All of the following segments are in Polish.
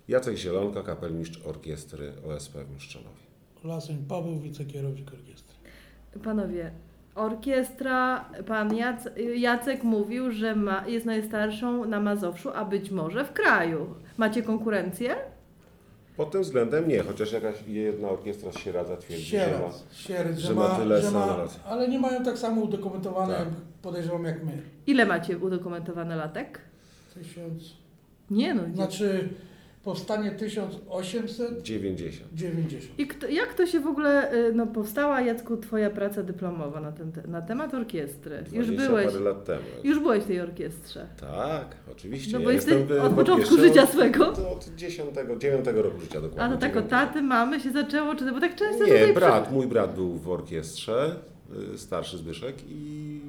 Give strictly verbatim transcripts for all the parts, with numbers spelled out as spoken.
Jacek Zielonka, kapelmistrz orkiestry O S P w Miszczonowie. Laseń Paweł, wicekierownik orkiestry. Panowie, orkiestra, pan Jac- Jacek mówił, że ma, jest najstarszą na Mazowszu, a być może w kraju. Macie konkurencję? Pod tym względem nie, chociaż jakaś jedna orkiestra z Sieradza twierdzi, że ma, Sieradz, Sieradz, że ma tyle że ma, lat. ale nie mają tak samo udokumentowane, Tak. jak podejrzewam, jak my. Ile macie udokumentowane latek? Tysiąc... Nie no. Znaczy, powstanie tysiąc osiemset dziewięćdziesiąt. dziewięćdziesiąt. I kto, jak to się w ogóle, y, no powstała, Jacku, twoja praca dyplomowa na, ten, te- na temat orkiestry? Już dwadzieścia byłeś, parę lat temu. już byłeś w tej orkiestrze. Tak, oczywiście. No bo ja jesteś jestem w- od w początku orkiestrze życia od- swego. Od, od dziesiątego, dziewiątego roku życia dokładnie. A to tak od dziewiątego. taty, mamy się zaczęło, czy to, bo tak często Nie, tutaj brat, przy- mój brat był w orkiestrze, y, starszy Zbyszek i...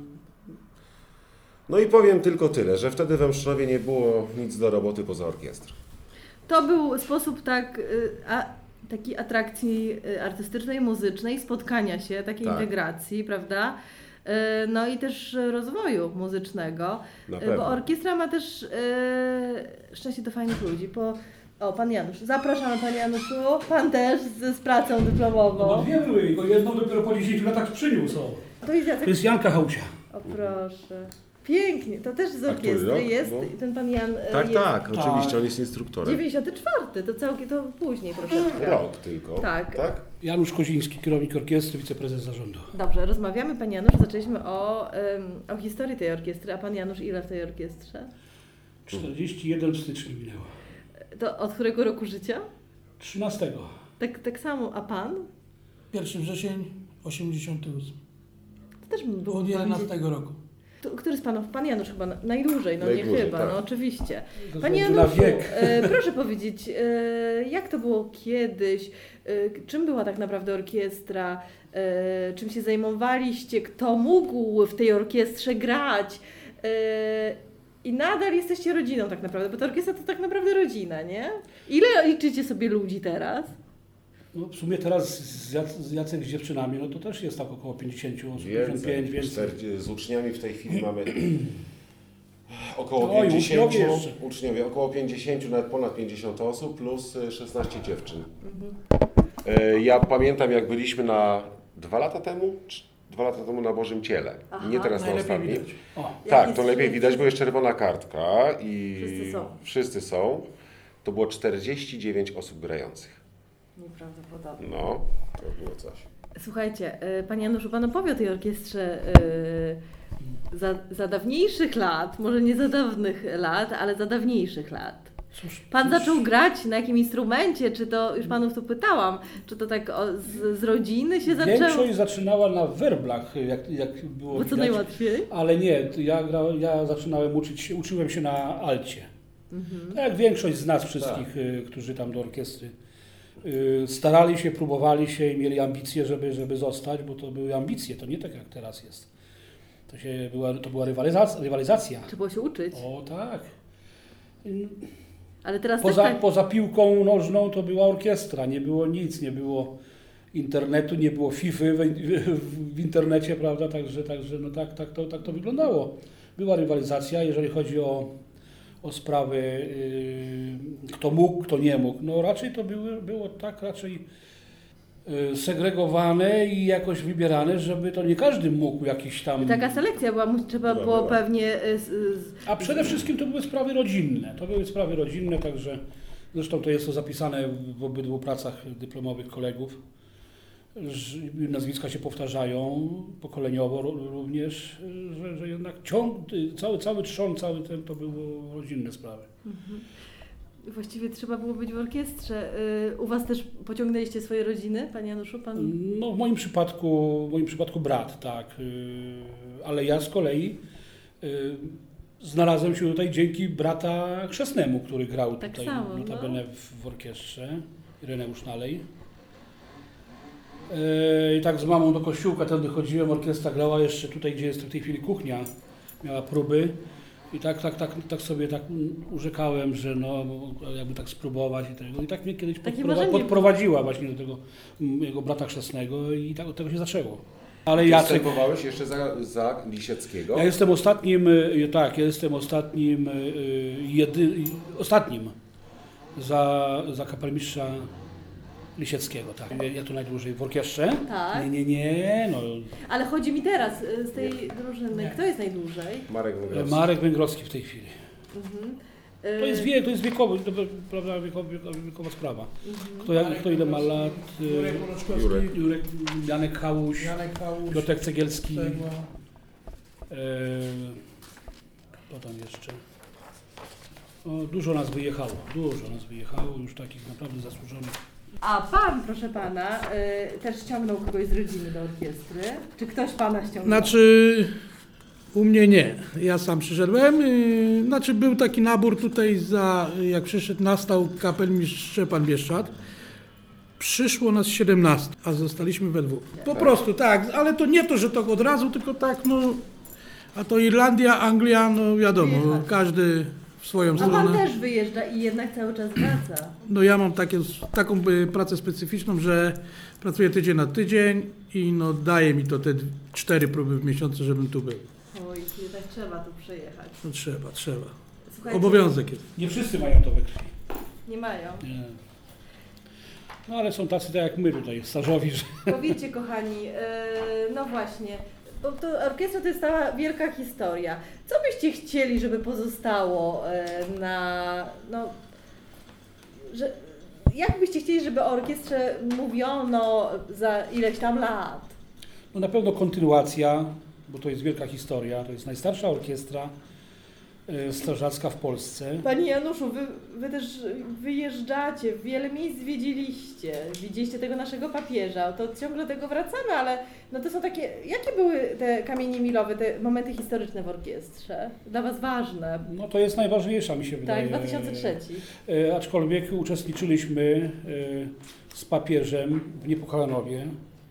No i powiem tylko tyle, że wtedy we Mszczonowie nie było nic do roboty poza orkiestrą. To był sposób tak, y, a, takiej atrakcji y, artystycznej, muzycznej, spotkania się, takiej Tak. integracji, prawda? Y, No i też rozwoju muzycznego, Na y, pewno. bo orkiestra ma też y, szczęście do fajnych ludzi. Po, o, pan Janusz, zapraszamy panie Januszu, pan też z, z pracą No dyplomową. dwie były, tylko jedną dopiero po dziesięciu latach przyniósł. O. To jest To Jacek. jest Janka Hałcia. O proszę. Pięknie, to też z A który rok? orkiestry jest, No. ten pan Jan y, Tak, jest tak, oczywiście, on jest instruktorem. dziewięćdziesiąty czwarty, to całkiem, to później troszeczkę. Rok tylko. Tak. tak? Janusz Koziński, kierownik orkiestry, wiceprezes zarządu. Dobrze, rozmawiamy, Panie Janusz, zaczęliśmy o, ym, o historii tej orkiestry, a Pan Janusz ile w tej orkiestrze? czterdzieści jeden w styczniu minęło. To od którego roku życia? trzynastego. Tak, tak samo, a Pan? pierwszy września osiemdziesiąty ósmy. To też był Od jedenastego roku. To, który z Panów? Pan Janusz chyba na, najdłużej, no nie Najdłużej, chyba, tak. no oczywiście. Ze Panie względu na Januszu, wiek. e, proszę powiedzieć, e, jak to było kiedyś? E, czym była tak naprawdę orkiestra? E, czym się zajmowaliście? Kto mógł w tej orkiestrze grać? E, I nadal jesteście rodziną tak naprawdę, bo ta orkiestra to tak naprawdę rodzina, nie? Ile liczycie sobie ludzi teraz? No, w sumie teraz z, Jac z Jacek z dziewczynami, no to też jest tak około pięćdziesiąt osób, pięćdziesiąt pięć, więcej. czterdzieści, z uczniami w tej chwili mamy około No i pięćdziesiąt, uczniowie jeszcze. uczniowie, około pięćdziesiąt, nawet ponad pięćdziesiąt osób plus y, szesnaście dziewczyn. Mhm. E, Ja pamiętam, jak byliśmy na dwa lata temu, czy dwa lata temu na Bożym Ciele, Aha, nie teraz na najlepiej ostatnim. widać. O, Jak Tak, jest to lepiej świetnie. widać, bo jest czerwona kartka i Wszyscy są. wszyscy są. To było czterdzieści dziewięć osób grających. Nieprawdopodobne. No, to było coś. Słuchajcie, y, Panie Januszu, Pan opowie o tej orkiestrze y, za, za dawniejszych lat, może nie za dawnych lat, ale za dawniejszych lat. cóż, Pan cóż, zaczął grać na jakim instrumencie, czy to, już Panów tu pytałam, czy to tak o, z, z rodziny się zaczęło? Większość zaczynała na werblach, jak, jak było Bo co widać. najłatwiej? Ale nie, to ja, gra, ja zaczynałem uczyć się, uczyłem się na alcie. Mhm. Tak jak większość z nas wszystkich, y, którzy tam do orkiestry y, starali się, próbowali się i mieli ambicje, żeby, żeby zostać, bo to były ambicje, to nie tak jak teraz jest. To, się była, to była rywalizacja. rywalizacja. Trzeba było się uczyć, O tak. Y, ale teraz Poza, też tak... poza piłką nożną to była orkiestra, nie było nic, nie było internetu, nie było fify w, w, w internecie, prawda, także, także no tak, tak, to, tak to wyglądało. Była rywalizacja, jeżeli chodzi o, o sprawy, yy, kto mógł, kto nie mógł. No raczej to były, było tak raczej yy, segregowane i jakoś wybierane, żeby to nie każdy mógł jakiś tam... Taka selekcja była, mu- trzeba Była, było była. pewnie... y, z, z, A przede wszystkim to były sprawy rodzinne. To były sprawy rodzinne, także zresztą to jest to zapisane w obydwu pracach dyplomowych kolegów. że Nazwiska się powtarzają pokoleniowo ró- również, że, że jednak ciąg, cały, cały trzon, cały ten to było rodzinne sprawy. Właściwie trzeba było być w orkiestrze. Y, U Was też pociągnęliście swoje rodziny, Panie Januszu? Pan... No w moim przypadku, w moim przypadku brat, tak, yy, ale ja z kolei yy, znalazłem się tutaj dzięki brata chrzestnemu, który grał Tak tutaj samo, notabene no. w, w orkiestrze, Ireneusz Nalej. Yy, I tak z mamą do kościółka tędy chodziłem, orkiestra grała jeszcze tutaj, gdzie jest w tej chwili kuchnia, miała próby. I tak, tak, tak, tak sobie tak urzekałem, że no, jakby tak spróbować i tego. I tak mnie kiedyś Takie podprowa- marzenie podprowadziła właśnie do tego mm, jego brata chrzestnego i tak od tego się zaczęło. Ale Ty Jacek, wstępowałeś jeszcze za, za Lisieckiego? ja jestem ostatnim, y, tak, ja jestem ostatnim, y, jedy, ostatnim za, za kapelmistrza Lisieckiego, tak. Ja tu najdłużej w orkiestrze. Tak. Nie, nie, nie, no. Ale chodzi mi teraz y, z tej drużyny, Nie. kto jest najdłużej? Marek Węgrowski. Marek Węgrowski w tej chwili. Mhm. To jest wiek, to jest wiekowy, to prawda, wiekowa, wiekowa sprawa. Kto, jak, kto ile ma lat? Jurek y, Mroczkowski, Jurek. Jurek, Janek Hałuś, Janek Hałuś, Piotrek Cegielski. Cegła. E, kto tam jeszcze? O, dużo nas wyjechało, dużo nas wyjechało, już takich naprawdę zasłużonych. A pan, proszę pana, y, też ściągnął kogoś z rodziny do orkiestry? Czy ktoś pana ściągnął? Znaczy, u mnie nie. Ja sam przyszedłem. Yy, znaczy, był taki nabór tutaj, za, jak przyszedł, nastał kapelmistrz Szczepan Bieszczad. Przyszło nas siedemnastu, a zostaliśmy we dwóch. Po prostu tak, ale to nie to, że to od razu, tylko tak, no. A to Irlandia, Anglia, no wiadomo, Wyjechać. każdy w swoją A pan stronę. też wyjeżdża i jednak cały czas wraca. No ja mam takie, taką y, pracę specyficzną, że pracuję tydzień na tydzień i no daje mi to te d- cztery próby w miesiącu, żebym tu był. Oj, jednak trzeba tu przyjechać. No trzeba, trzeba. Słuchajcie, Obowiązek jest. Nie wszyscy mają to we krwi. Nie mają. Nie. No ale są tacy tak jak my tutaj, stażowi, że Powiedzcie, kochani, yy, no właśnie, bo to orkiestra to jest cała wielka historia. Co byście chcieli, żeby pozostało yy, na, no, że, jak byście chcieli, żeby o orkiestrze mówiono za ileś tam lat? no na pewno kontynuacja, bo to jest wielka historia, to jest najstarsza orkiestra e, strażacka w Polsce. Panie Januszu, wy, wy też wyjeżdżacie, wiele miejsc zwiedziliście, widzieliście tego naszego papieża, to ciągle do tego wracamy, ale no to są takie, jakie były te kamienie milowe, te momenty historyczne w orkiestrze? Dla Was ważne? No to jest najważniejsza, mi się wydaje. Tak, dwa tysiące trzeci. E, aczkolwiek uczestniczyliśmy e, z papieżem w Niepokalanowie.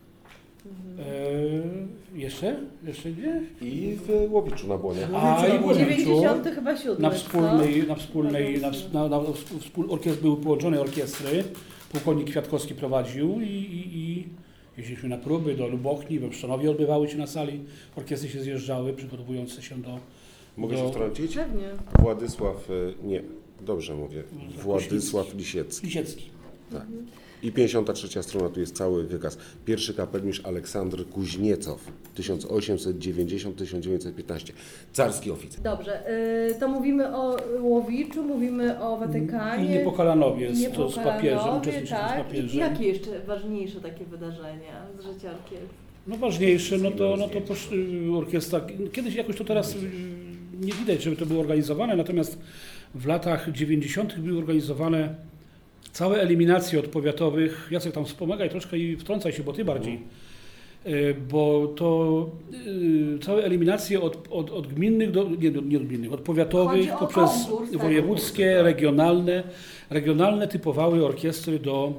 E, jeszcze? Jeszcze nie? I w Łowiczu na Błonie. A, i w Łowiczu. dziewięćdziesiąty chyba siódmy, Na co? wspólnej, na wspólnej, na, na, na, wspól, orkiestr, były połączone orkiestry, pułkownik Kwiatkowski prowadził i, i, i jeździliśmy na próby do Lubochni, we Pszczonowie odbywały się na sali, orkiestry się zjeżdżały, przygotowujące się do... Mogę do się wtrącić? Pewnie. Władysław, y, nie, dobrze mówię, Władysław Lisiecki. Lisiecki. Tak. I pięćdziesiąta trzecia strona, tu jest cały wykaz. Pierwszy kapelmistrz Aleksandr Kuźniecow, tysiąc osiemset dziewięćdziesiąty do tysiąc dziewięćset piętnastego. Carski oficer. Dobrze, y, to mówimy o Łowiczu, mówimy o Watykanie. I Niepokalanowie z, to z papieżem, Niepokalanowie, uczestniczyliśmy tak. z papieżem. I jakie jeszcze ważniejsze takie wydarzenia z życia orkiestry? No ważniejsze, no to, no to posz, y, orkiestra, kiedyś jakoś to teraz y, nie widać, żeby to było organizowane, natomiast w latach dziewięćdziesiątych były organizowane całe eliminacje od powiatowych. Jacek tam wspomagaj troszkę i wtrącaj się, bo Ty bardziej. Y, Bo to y, całe eliminacje od, od, od gminnych, do, nie, nie od gminnych, od powiatowych Chodzi o poprzez konkurs, tak? wojewódzkie, regionalne. Regionalne typowały orkiestry do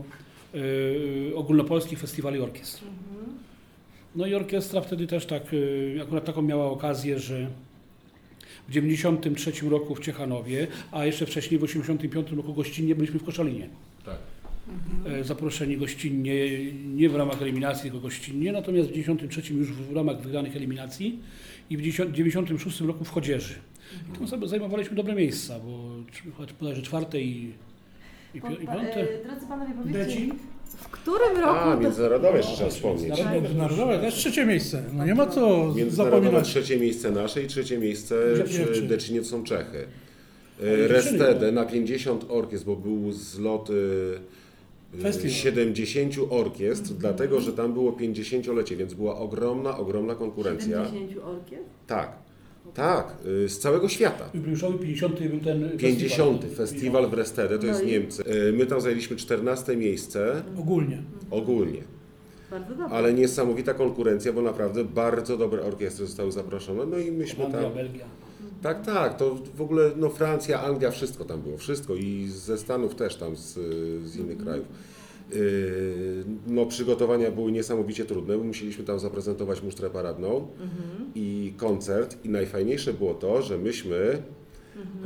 y, ogólnopolskich festiwali orkiestr. No i orkiestra wtedy też tak, y, akurat taką miała okazję, że w dziewięćdziesiątym trzecim roku w Ciechanowie, a jeszcze wcześniej w osiemdziesiątym piątym roku gościnnie byliśmy w Koszalinie. Tak. E, Zaproszeni gościnnie, nie w ramach eliminacji, tylko gościnnie, natomiast w dziewięćdziesiątym trzecim już w ramach wygranych eliminacji i w dziewięćdziesiątym szóstym roku w Chodzieży. I tam sobie zajmowaliśmy dobre miejsca, bo bodajże czwarte i, i, pi- i piąte. E, Drodzy panowie, powiedzcie, Deci? w którym roku... A, międzynarodowe jeszcze trzeba wspomnieć. Międzynarodowe, to jest trzecie miejsce. No nie ma co Międzynarodowe zapominać. trzecie miejsce nasze i trzecie miejsce Pierwsze. w Decinie są Czechy. E, dziewczyny, Restede na pięćdziesiąt orkiestr, bo był zlot e, Festiwal. siedemdziesięciu orkiestr, dlatego że tam było pięćdziesięciolecie, więc była ogromna, ogromna konkurencja. siedemdziesięciu orkiestr? Tak, tak, y, z całego świata. Jubileuszowy pięćdziesiąty był ten pięćdziesiąty festiwal. festiwal w Restede, to No jest i- Niemcy. Y, My tam zajęliśmy czternaste miejsce Ogólnie. ogólnie, Bardzo dobrze. ale niesamowita konkurencja, bo naprawdę bardzo dobre orkiestry zostały zaproszone. No i myśmy Holandia, tam. Belgia. Tak, tak, to w ogóle no Francja, Anglia, wszystko tam było, wszystko i ze Stanów też tam, z, z innych krajów. Yy, no przygotowania były niesamowicie trudne, bo musieliśmy tam zaprezentować musztrę paradną i koncert i najfajniejsze było to, że myśmy e,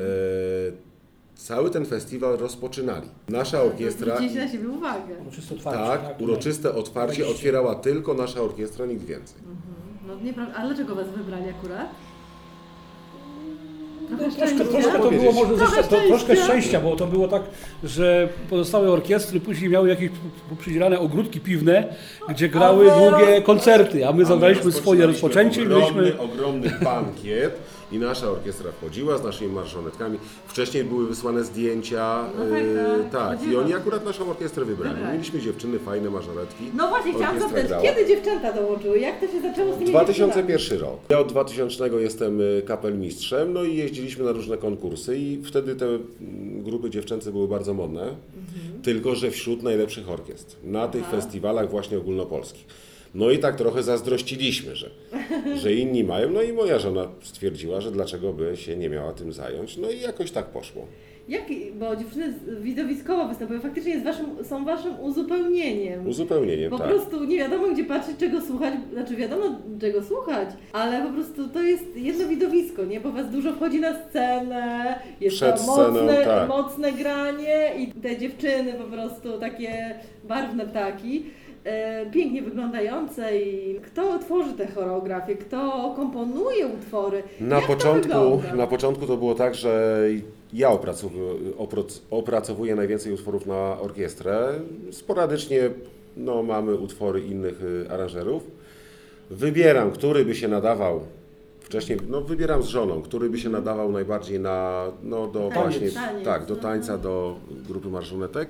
cały ten festiwal rozpoczynali. Nasza orkiestra, Zwróciliście na siebie uwagę. Uroczyste otwarcie. tak, uroczyste otwarcie Wejście. otwierała tylko nasza orkiestra, nikt więcej. No nieprawda. A dlaczego was wybrali akurat? Troszkę, troszkę to było może ze, to, troszkę szczęścia, bo to było tak, że pozostałe orkiestry później miały jakieś przydzielane ogródki piwne, gdzie grały długie koncerty, a my zagraliśmy swoje rozpoczęcie i ogromny, byliśmy... ogromny bankiet i nasza orkiestra wchodziła z naszymi marszonetkami. Wcześniej były wysłane zdjęcia, No tak, yy, tak. tak, i Chodziłam. oni akurat naszą orkiestrę wybrali. Wybrali. Mieliśmy dziewczyny, fajne marszoretki. No właśnie, chciałam Orkiestra zapytać, grała. kiedy dziewczęta dołączyły? Jak to się zaczęło z tymi dwa tysiące dziewczynami? pierwszy rok. Ja od dwutysięcznego jestem y, kapelmistrzem, no i jeździliśmy na różne konkursy i wtedy te mm, grupy dziewczęce były bardzo modne, Mhm. tylko że wśród najlepszych orkiestr, na tych Aha. festiwalach właśnie ogólnopolskich. No i tak trochę zazdrościliśmy, że, że inni mają, no i moja żona stwierdziła, że dlaczego by się nie miała tym zająć, no i jakoś tak poszło. Jak, bo dziewczyny z- widowiskowo występują, faktycznie jest waszym, są waszym uzupełnieniem. Uzupełnieniem, Po tak. prostu nie wiadomo gdzie patrzeć, czego słuchać, znaczy wiadomo czego słuchać, ale po prostu to jest jedno widowisko, nie? Bo was dużo wchodzi na scenę, jest Przed to sceną, mocne, tak. mocne granie i te dziewczyny po prostu takie barwne ptaki. e, Pięknie wyglądające i kto tworzy te choreografie, kto komponuje utwory. Na Jak to początku, wygląda? na początku to było tak, że ja opracowuję, oprac- opracowuję najwięcej utworów na orkiestrę. Sporadycznie no, mamy utwory innych y, aranżerów. Wybieram, który by się nadawał. Wcześniej no, wybieram z żoną, który by się nadawał najbardziej na, no, do Taniec, właśnie taniec, tak, do aha. tańca, do grupy marszonetek.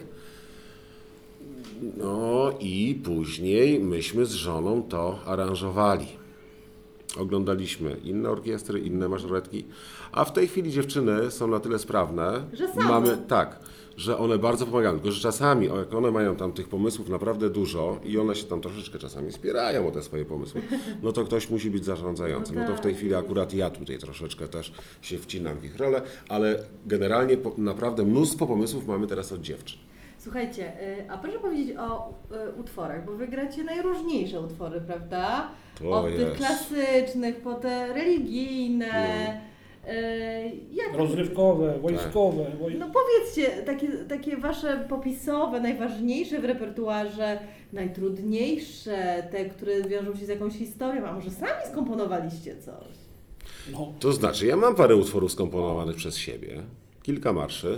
No i później myśmy z żoną to aranżowali. Oglądaliśmy inne orkiestry, inne marszoretki, a w tej chwili dziewczyny są na tyle sprawne, Że same. mamy tak, że one bardzo pomagają, tylko że czasami, o, jak one mają tam tych pomysłów naprawdę dużo i one się tam troszeczkę czasami spierają o te swoje pomysły, no to ktoś musi być zarządzającym. No to w tej chwili akurat ja tutaj troszeczkę też się wcinam w ich rolę, ale generalnie po, naprawdę mnóstwo pomysłów mamy teraz od dziewczyn. Słuchajcie, y, a proszę powiedzieć o y, utworach, bo wy gracie najróżniejsze utwory, prawda? O Od tych jest. klasycznych, po te religijne. y, Jak... Rozrywkowe, wojskowe. Woj... No powiedzcie, takie, takie wasze popisowe, najważniejsze w repertuarze, najtrudniejsze, te, które wiążą się z jakąś historią, a może sami skomponowaliście coś? No, To znaczy, ja mam parę utworów skomponowanych przez siebie, kilka marszy,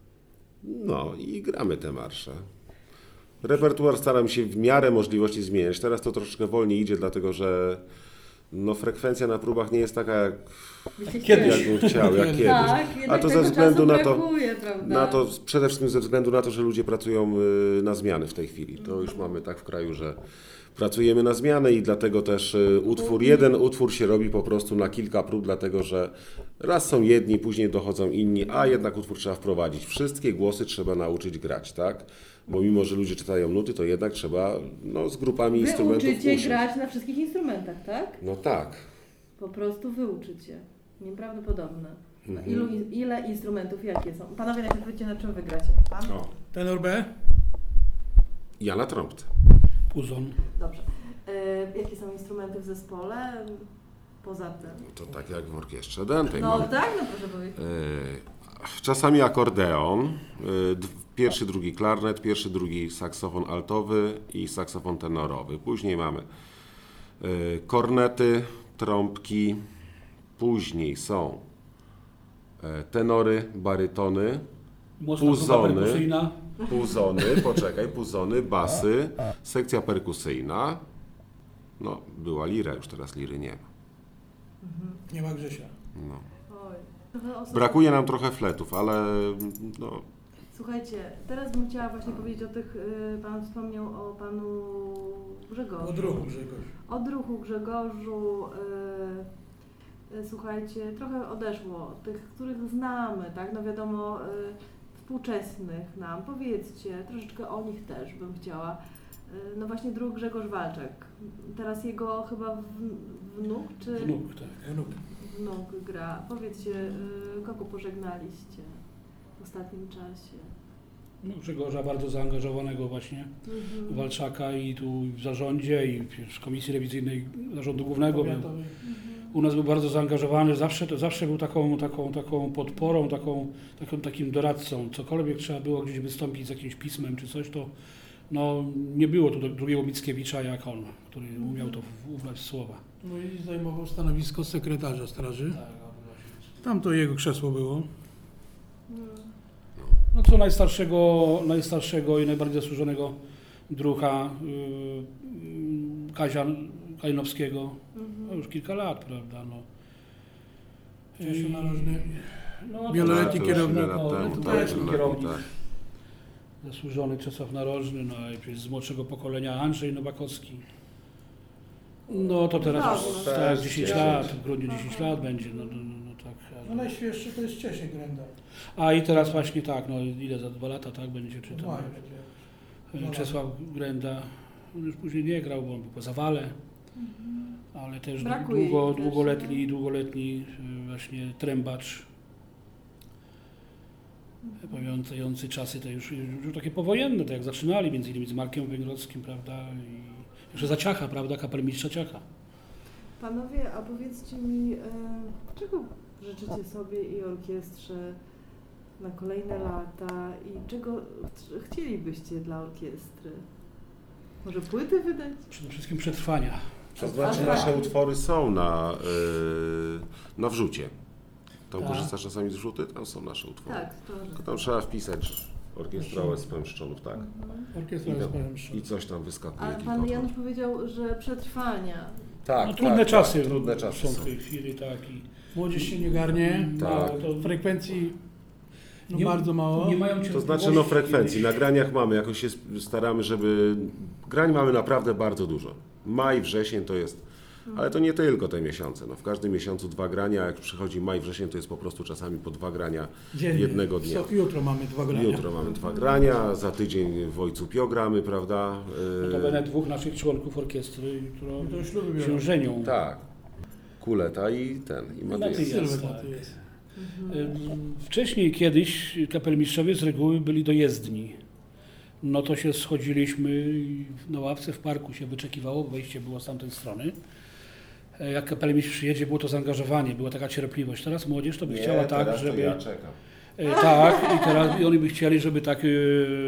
no i gramy te marsze. Repertuar staram się w miarę możliwości zmieniać. Teraz to troszeczkę wolniej idzie, dlatego że no, frekwencja na próbach nie jest taka, jak, Byście Kiedyś. chcieli. jak bym chciał, jak kiedyś. Tak, A jednak to ze tego względu czasu na to, brakuje, prawda? na to, przede wszystkim ze względu na to, że ludzie pracują y, na zmiany w tej chwili. To już mamy tak w kraju, że pracujemy na zmianę i dlatego też y, utwór, jeden utwór się robi po prostu na kilka prób, dlatego że raz są jedni, później dochodzą inni, a jednak utwór trzeba wprowadzić. Wszystkie głosy trzeba nauczyć grać, tak? Bo mimo, że ludzie czytają nuty, to jednak trzeba no, z grupami Wy instrumentów uczycie usiąść. grać na wszystkich instrumentach, tak? No tak. Po prostu wy uczycie. Nieprawdopodobne. No, Mhm. ilu, ile instrumentów, jakie są? Panowie, najpierw powiedzcie, na czym wygracie. Pan? O, Tenor B? ja na trąbce. puzon. Dobrze. E, jakie są instrumenty w zespole? Poza tym. To tak jak w orkiestrze dętej. No mamy. tak, no proszę powiedzieć. E, Czasami akordeon, e, d- pierwszy, drugi klarnet, pierwszy, drugi saksofon altowy i saksofon tenorowy. Później mamy e, kornety, trąbki, później są e, tenory, barytony, Mocna grupa Puzony. perkusyjna. puzony, poczekaj, puzony, basy, sekcja perkusyjna. No, była lira, już teraz liry nie ma. Nie ma Grzesia. No. Oj. Trochę osób... Brakuje nam trochę fletów, ale no, Słuchajcie, teraz bym chciała właśnie powiedzieć o tych, y, pan wspomniał o panu Grzegorzu. Od ruchu Grzegorz. Odruchu Grzegorzu, y, y, słuchajcie, trochę odeszło od tych, których znamy, tak, no wiadomo, y, współczesnych nam, powiedzcie, troszeczkę o nich też bym chciała. Y, no właśnie druh Grzegorz Walczak, teraz jego chyba w- wnuk, czy Wnuk, tak. Wnuk. wnuk gra, powiedzcie, y, kogo pożegnaliście w ostatnim czasie? No, Grzegorza bardzo zaangażowanego właśnie, Walczaka i tu w zarządzie i w Komisji Rewizyjnej Zarządu Głównego. Był. Powiatowy. U nas był bardzo zaangażowany, zawsze, to zawsze był taką, taką, taką podporą, taką, taką, takim doradcą. Cokolwiek trzeba było gdzieś wystąpić z jakimś pismem czy coś, to no, nie było tu drugiego Mickiewicza jak on, który umiał to w- ubrać w słowa. No i zajmował stanowisko sekretarza straży. Tak, Tam to jego krzesło było. No co najstarszego, najstarszego i najbardziej zasłużonego drucha yy, Kazia Kalinowskiego. No już kilka lat, prawda? No. Czesiu Narożny. No, Wieloletni to- kierownik. Wiele lat no, temu, to tak, wieloletni wiele lat, kierownik. tak. Zasłużony Czesław Narożny, no i przecież z młodszego pokolenia Andrzej Nowakowski. No to teraz Brawo, już no. tak, dziesięć dziesięć. lat, w grudniu dziesięć lat będzie, no, no, no, no tak. No najświeższy to jest Czesiek Grenda. A i teraz właśnie tak, no ile za dwa lata tak będzie, czy W tam maju będzie. Czesław Grenda, on już później nie grał, bo on był po zawale, ale też Brakuje długo, ich też, długoletni, nie? długoletni y, właśnie trębacz. Pamiętający czasy te już, już takie powojenne, tak jak zaczynali, między innymi z Markiem Węgrowskim, prawda, i jeszcze za Ciacha, prawda, kapelmistrza Ciacha. Panowie, a powiedzcie mi, e, czego życzycie sobie i orkiestrze na kolejne lata i czego ch- chcielibyście dla orkiestry? Może płyty wydać? Przede wszystkim przetrwania. To znaczy nasze utwory są na, yy, na wrzucie. Tam Tak. korzystasz czasami z wrzuty? Tam są nasze utwory. Tak, to. Tylko tam trzeba wpisać orkiestra O S P Mszczonów, tak? Orkiestra I, jest tam, powiem I coś tam wyskakuje. Ale kilka pan utworów. Janusz powiedział, że przetrwania. Tak, No, tak, trudne tak, czasy, trudne no, czasy są są. w tej chwili, tak. I Młodzież się nie garnie. Tak. No, to frekwencji no, Nie- bardzo mało. nie mają To znaczy no frekwencji, na graniach mamy, jakoś się staramy, żeby... Grań mamy naprawdę bardzo dużo. Maj, wrzesień to jest... Ale to nie tylko te miesiące. No, w każdym miesiącu dwa grania, jak przychodzi maj, wrzesień, to jest po prostu czasami po dwa grania Dziennie. jednego dnia. So, jutro mamy dwa grania. Jutro mamy dwa grania, za tydzień w Ojcu Pio gramy, prawda? Yy, Notabene dwóch naszych członków orkiestry jutro To śluby się biorą. żenią. Tak. Kuleta i ten, i Matyjas. Matyjas. Sylwet tak. to jest. Y, Wcześniej kiedyś kapelmistrzowie z reguły byli dojezdni. No to się schodziliśmy i na ławce w parku się wyczekiwało, bo wejście było z tamtej strony. E, Jak kapelmistrz przyjedzie, było to zaangażowanie, była taka cierpliwość. Teraz młodzież to by chciała tak, teraz to żeby... ja czekam. E, tak, i teraz i oni by chcieli, żeby tak e,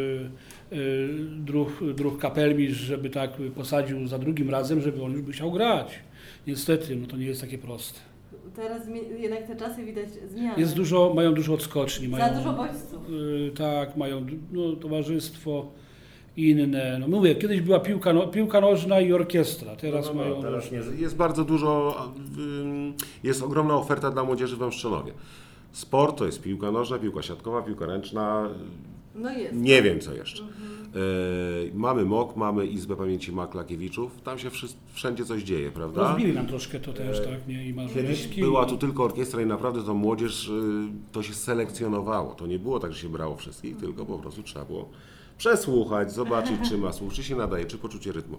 e, druh, druh kapelmistrz, żeby tak posadził za drugim razem, żeby on już by chciał grać. Niestety, no to nie jest takie proste. Teraz zmi- jednak te czasy widać zmiany. Jest dużo, mają dużo odskoczni. Za Mają, dużo bodźców. y, tak, mają no, towarzystwo inne. No mówię, kiedyś była piłka, no, piłka nożna i orkiestra, teraz No, no, mają... no, teraz nie, jest bardzo dużo, ym, jest ogromna oferta dla młodzieży w Mszczonowie. Sport to jest piłka nożna, piłka siatkowa, piłka ręczna, No jest. nie wiem co jeszcze. Yy, mamy M O K, mamy Izbę Pamięci Maklakiewiczów, tam się wszy- wszędzie coś dzieje, prawda? Rozbili nam troszkę to też, tak, nie? I Kiedyś Marzolewski. była tu tylko orkiestra i naprawdę to młodzież, yy, to się selekcjonowało. To nie było tak, że się brało wszystkich, tylko po prostu trzeba było przesłuchać, zobaczyć czy ma słuch, czy się nadaje, czy poczucie rytmu.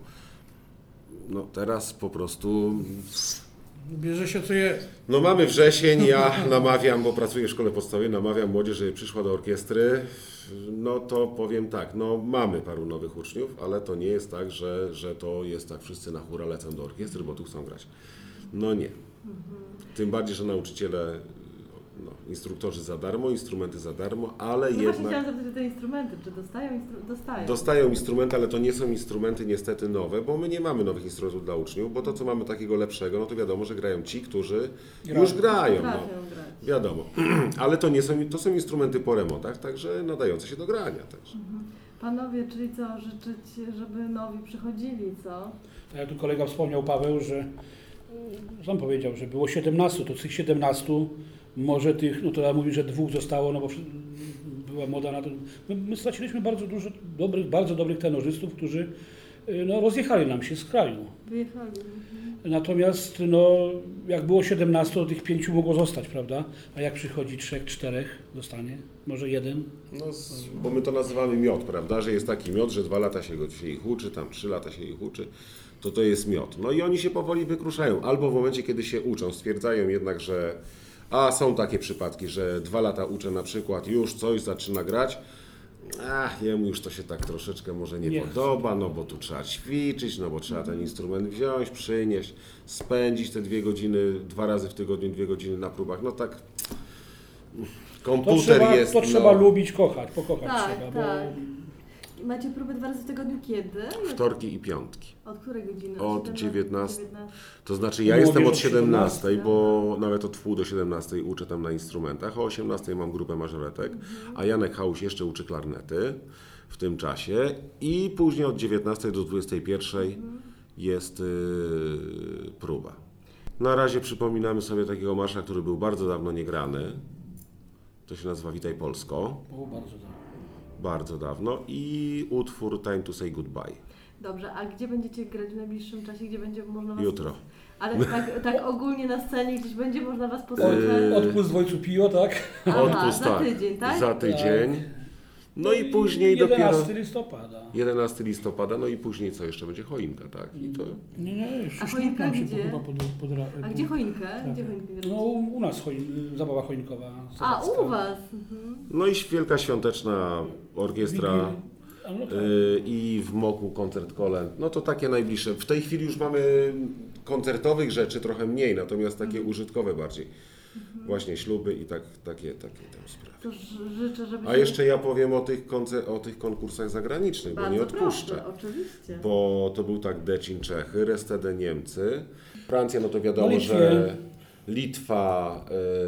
No teraz po prostu... Bierze się co jest. No mamy wrzesień, ja namawiam, bo pracuję w szkole podstawowej, namawiam młodzież, żeby przyszła do orkiestry. No to powiem tak, no mamy paru nowych uczniów, ale to nie jest tak, że, że to jest tak, wszyscy na hura lecą do orkiestry, bo tu chcą grać. No nie. Tym bardziej, że nauczyciele, no, instruktorzy za darmo, instrumenty za darmo, ale No właśnie jednak... chciałam zapytać o te instrumenty. Czy dostają? Instru- dostają. Dostają instrumenty, ale to nie są instrumenty niestety nowe, bo my nie mamy nowych instrumentów dla uczniów, bo to co mamy takiego lepszego, no to wiadomo, że grają ci, którzy Grają. już grają. No. Potrafią grać. Wiadomo, ale to nie są, to są instrumenty po remontach, także nadające się do grania. Także. Panowie, czyli co, życzyć, żeby nowi przychodzili, co? Tak jak tu kolega wspomniał, Paweł, że y, sam powiedział, że było siedemnastu, to z tych siedemnastu może tych, no to ja mówię, że dwóch zostało, no bo wszy- była moda na to. My, my straciliśmy bardzo dużo dobrych, bardzo dobrych tenorzystów, którzy y, no, rozjechali nam się z kraju. Wyjechali. Natomiast no, jak było siedemnastu, to tych pięciu mogło zostać, prawda? A jak przychodzi trzech, czterech, zostanie, może jeden. No, z, bo my to nazywamy miot, prawda, że jest taki miot, że dwa lata się, go, się ich uczy, tam trzy lata się ich uczy, to to jest miot. No i oni się powoli wykruszają, albo w momencie, kiedy się uczą, stwierdzają jednak, że a są takie przypadki, że dwa lata uczę na przykład, już coś zaczyna grać, ach, jemu już to się tak troszeczkę może nie, Nie podoba, no bo tu trzeba ćwiczyć, no bo trzeba ten instrument wziąć, przynieść, spędzić te dwie godziny, dwa razy w tygodniu, dwie godziny na próbach, no tak To komputer trzeba, jest, to no, trzeba lubić, kochać, pokochać Tak, trzeba, tak. Macie próby dwa razy w tygodniu kiedy? Wtorki i piątki. Od której godziny? Od dziewiętnastej. dziewiętnastej. To znaczy ja Było jestem od wiele siedemnastej, siedemnastej. bo nawet od wpół do siedemnastej uczę tam na instrumentach, o osiemnastej mam grupę mażoretek, a Janek Hałuś jeszcze uczy klarnety w tym czasie i później od dziewiętnastej do dwudziestej pierwszej jest yy, próba. Na razie przypominamy sobie takiego marsza, który był bardzo dawno niegrany. To się nazywa Witaj Polsko, Było bardzo dobrze. bardzo dawno i utwór Time to Say Goodbye. Dobrze, a gdzie będziecie grać w najbliższym czasie? Gdzie będzie można was... Jutro. Ale tak, tak ogólnie na scenie gdzieś będzie można was posłuchać? Yy, Odpust w Ojcu Pio, tak? Aha, Odpust, za tak. tydzień, tak? Za tydzień. No i później dopiero... jedenastego listopada. jedenastego listopada, no i później co jeszcze będzie choinka, tak? I to Nie, nie, jeszcze A choinka nam się gdzie? chyba pod, pod, A gdzie choinkę? Gdzie choinkę No gracie? u u nas choin, zabawa choinkowa. A, sowiecka. u was! Mhm. No i wielka świąteczna orkiestra Wigil- A no tak. y, i w Moku koncert kolęd. No to takie najbliższe. W tej chwili już mamy koncertowych rzeczy trochę mniej, natomiast takie użytkowe bardziej. Właśnie śluby i tak, takie, takie tam sprawy. To ż- życzę, żeby A jeszcze ja powiem o tych, koncer- o tych konkursach zagranicznych, bo Bardzo nie odpuszczę. proszę, oczywiście. Bo to był tak Decin Czechy, Restede Niemcy, Francja, no to wiadomo, No Litwie. że Litwa,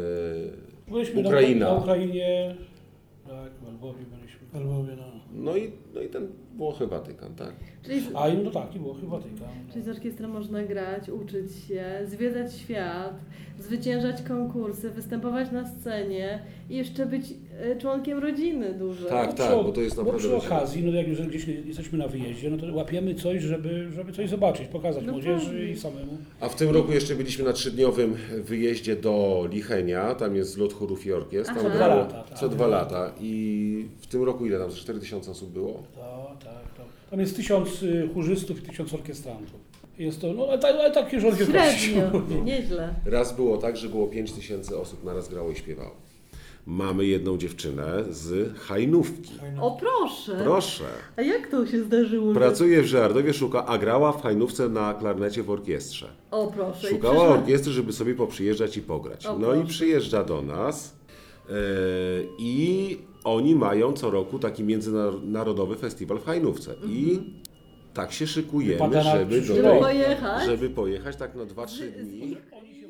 y, Byliśmy na, Ukraina. na Ukrainie, tak, w Lwowie byliśmy. W Lwowie, no. No i, no i ten Włochy, Watykan, tak. Czyli, z- A i no tak, i było chyba Watykan. czyli z orkiestrą można grać, uczyć się, zwiedzać świat, zwyciężać konkursy, występować na scenie i jeszcze być e, członkiem rodziny dużej. Tak, No tak, przy- bo to jest Bo naprawdę przy wesołe. okazji, no jak już gdzieś jesteśmy na wyjeździe, no to łapiemy coś, żeby, żeby coś zobaczyć, pokazać No młodzieży pewnie. i samemu. A w tym roku jeszcze byliśmy na trzydniowym wyjeździe do Lichenia, tam jest zlot chórów i orkiestr, tam Aha. grało Dwa lata, tak. co dwa lata i w tym roku ile tam, ze cztery tysiące osób było? To, tak, to. Tam jest tysiąc y, chórzystów i tysiąc orkiestrantów. Jest to, no ale, tak- ale takie rząd Średnio, nieźle. Raz było tak, że było pięć tysięcy osób naraz grało i śpiewało. Mamy jedną dziewczynę z Hajnówki. O proszę! Proszę. A jak to się zdarzyło? że- Pracuje w Żeardowie, szuka, a grała w Hajnówce na klarnecie w orkiestrze. O proszę. i Szukała przyszła- orkiestry, żeby sobie poprzyjeżdżać i pograć. O, No i proszę. przyjeżdża do nas yy, i oni mają co roku taki międzynarodowy festiwal w Hajnówce. I tak się szykujemy, Wypada na żeby, przyszły do Żeby tej, pojechać? żeby pojechać tak na dwa trzy dni. Oni się